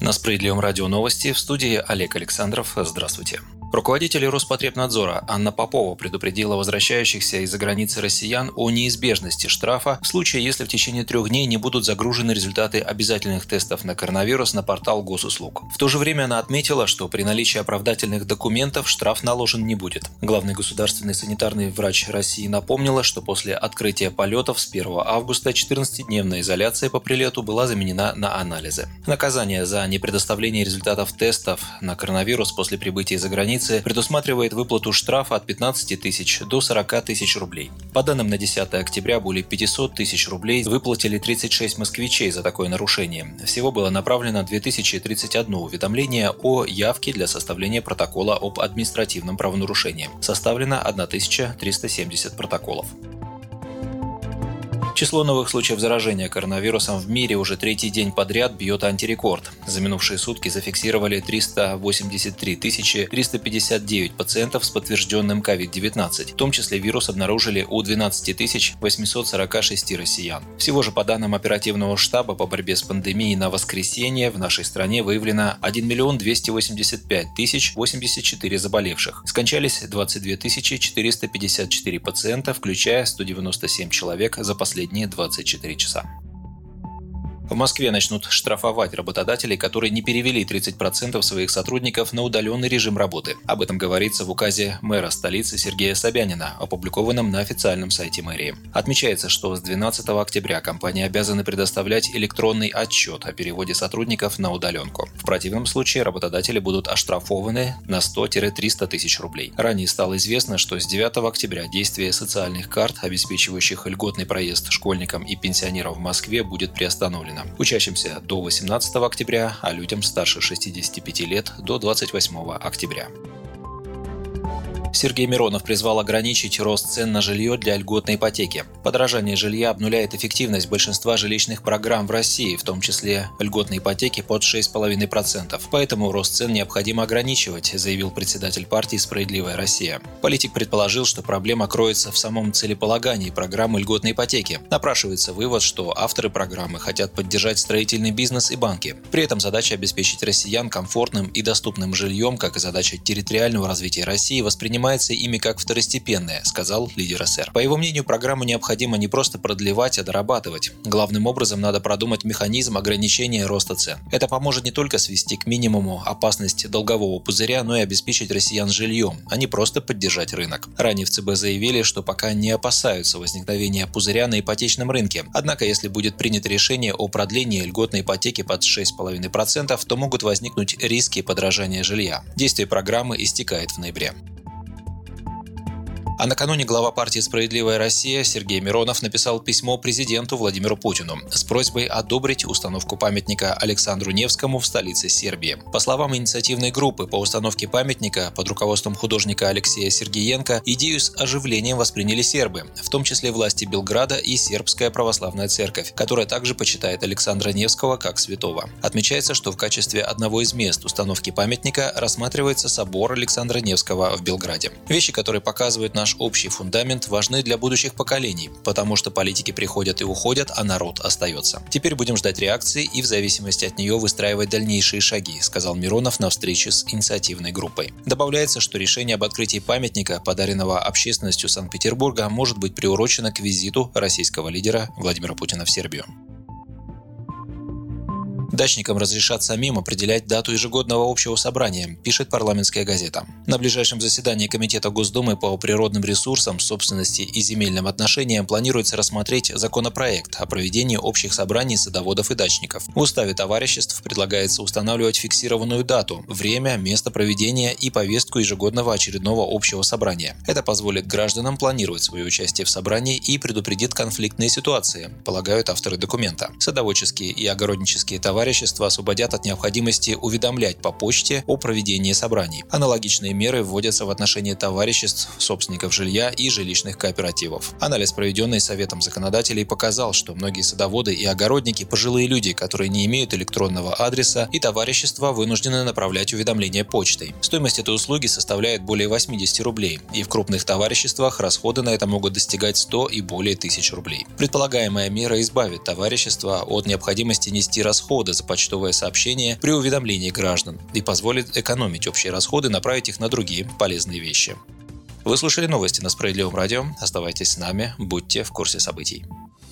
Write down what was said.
На Справедливом радио новости, в студии Олег Александров. Здравствуйте. Руководитель Роспотребнадзора Анна Попова предупредила возвращающихся из-за границы россиян о неизбежности штрафа в случае, если в течение 3 дней не будут загружены результаты обязательных тестов на коронавирус на портал госуслуг. В то же время она отметила, что при наличии оправдательных документов штраф наложен не будет. Главный государственный санитарный врач России напомнила, что после открытия полетов с 1 августа 14-дневная изоляция по прилету была заменена на анализы. Наказание за непредоставление результатов тестов на коронавирус после прибытия из-за границы предусматривает выплату штрафа от 15 тысяч до 40 тысяч рублей. По данным на 10 октября, более 500 тысяч рублей выплатили 36 москвичей за такое нарушение. Всего было направлено 2031 уведомление о явке для составления протокола об административном правонарушении. Составлено 1370 протоколов. Число новых случаев заражения коронавирусом в мире уже 3-й день подряд бьет антирекорд. За минувшие сутки зафиксировали 383 359 пациентов с подтвержденным COVID-19. В том числе вирус обнаружили у 12 846 россиян. Всего же по данным оперативного штаба по борьбе с пандемией на воскресенье в нашей стране выявлено 1 285 084 заболевших. Скончались 22 454 пациента, включая 197 человек за последние 24 часа. В Москве начнут штрафовать работодателей, которые не перевели 30% своих сотрудников на удаленный режим работы. Об этом говорится в указе мэра столицы Сергея Собянина, опубликованном на официальном сайте мэрии. Отмечается, что с 12 октября компании обязаны предоставлять электронный отчет о переводе сотрудников на удаленку. В противном случае работодатели будут оштрафованы на 100-300 тысяч рублей. Ранее стало известно, что с 9 октября действие социальных карт, обеспечивающих льготный проезд школьникам и пенсионерам в Москве, будет приостановлено. Учащимся до 18 октября, а людям старше 65 лет до 28 октября. Сергей Миронов призвал ограничить рост цен на жилье для льготной ипотеки. Подорожание жилья обнуляет эффективность большинства жилищных программ в России, в том числе льготной ипотеки под 6,5%. Поэтому рост цен необходимо ограничивать, заявил председатель партии «Справедливая Россия». Политик предположил, что проблема кроется в самом целеполагании программы льготной ипотеки. Напрашивается вывод, что авторы программы хотят поддержать строительный бизнес и банки. При этом задача обеспечить россиян комфортным и доступным жильем, как и задача территориального развития России, воспринимается ими как второстепенная, сказал лидер СР. По его мнению, программу необходимо не просто продлевать, а дорабатывать. Главным образом надо продумать механизм ограничения роста цен. Это поможет не только свести к минимуму опасность долгового пузыря, но и обеспечить россиян жильем, а не просто поддержать рынок. Ранее в ЦБ заявили, что пока не опасаются возникновения пузыря на ипотечном рынке. Однако, если будет принято решение о продлении льготной ипотеки под 6,5%, то могут возникнуть риски подорожания жилья. Действие программы истекает в ноябре. А накануне глава партии «Справедливая Россия» Сергей Миронов написал письмо президенту Владимиру Путину с просьбой одобрить установку памятника Александру Невскому в столице Сербии. По словам инициативной группы по установке памятника под руководством художника Алексея Сергиенко, идею с оживлением восприняли сербы, в том числе власти Белграда и Сербская православная церковь, которая также почитает Александра Невского как святого. Отмечается, что в качестве одного из мест установки памятника рассматривается собор Александра Невского в Белграде. Вещи, которые показывают наш общий фундамент, важны для будущих поколений, потому что политики приходят и уходят, а народ остается. Теперь будем ждать реакции и в зависимости от нее выстраивать дальнейшие шаги, сказал Миронов на встрече с инициативной группой. Добавляется, что решение об открытии памятника, подаренного общественностью Санкт-Петербурга, может быть приурочено к визиту российского лидера Владимира Путина в Сербию. Дачникам разрешат самим определять дату ежегодного общего собрания, пишет «Парламентская газета». На ближайшем заседании Комитета Госдумы по природным ресурсам, собственности и земельным отношениям планируется рассмотреть законопроект о проведении общих собраний садоводов и дачников. В уставе товариществ предлагается устанавливать фиксированную дату, время, место проведения и повестку ежегодного очередного общего собрания. Это позволит гражданам планировать свое участие в собрании и предупредит конфликтные ситуации, полагают авторы документа. Садоводческие и огороднические товарищества освободят от необходимости уведомлять по почте о проведении собраний. Аналогичные меры вводятся в отношении товариществ, собственников жилья и жилищных кооперативов. Анализ, проведенный Советом законодателей, показал, что многие садоводы и огородники – пожилые люди, которые не имеют электронного адреса, и товарищества вынуждены направлять уведомления почтой. Стоимость этой услуги составляет более 80 рублей, и в крупных товариществах расходы на это могут достигать 100 и более тысяч рублей. Предполагаемая мера избавит товарищества от необходимости нести расходы за почтовое сообщение при уведомлении граждан и позволит экономить общие расходы, направить их на другие полезные вещи. Вы слушали новости на Справедливом радио. Оставайтесь с нами, будьте в курсе событий.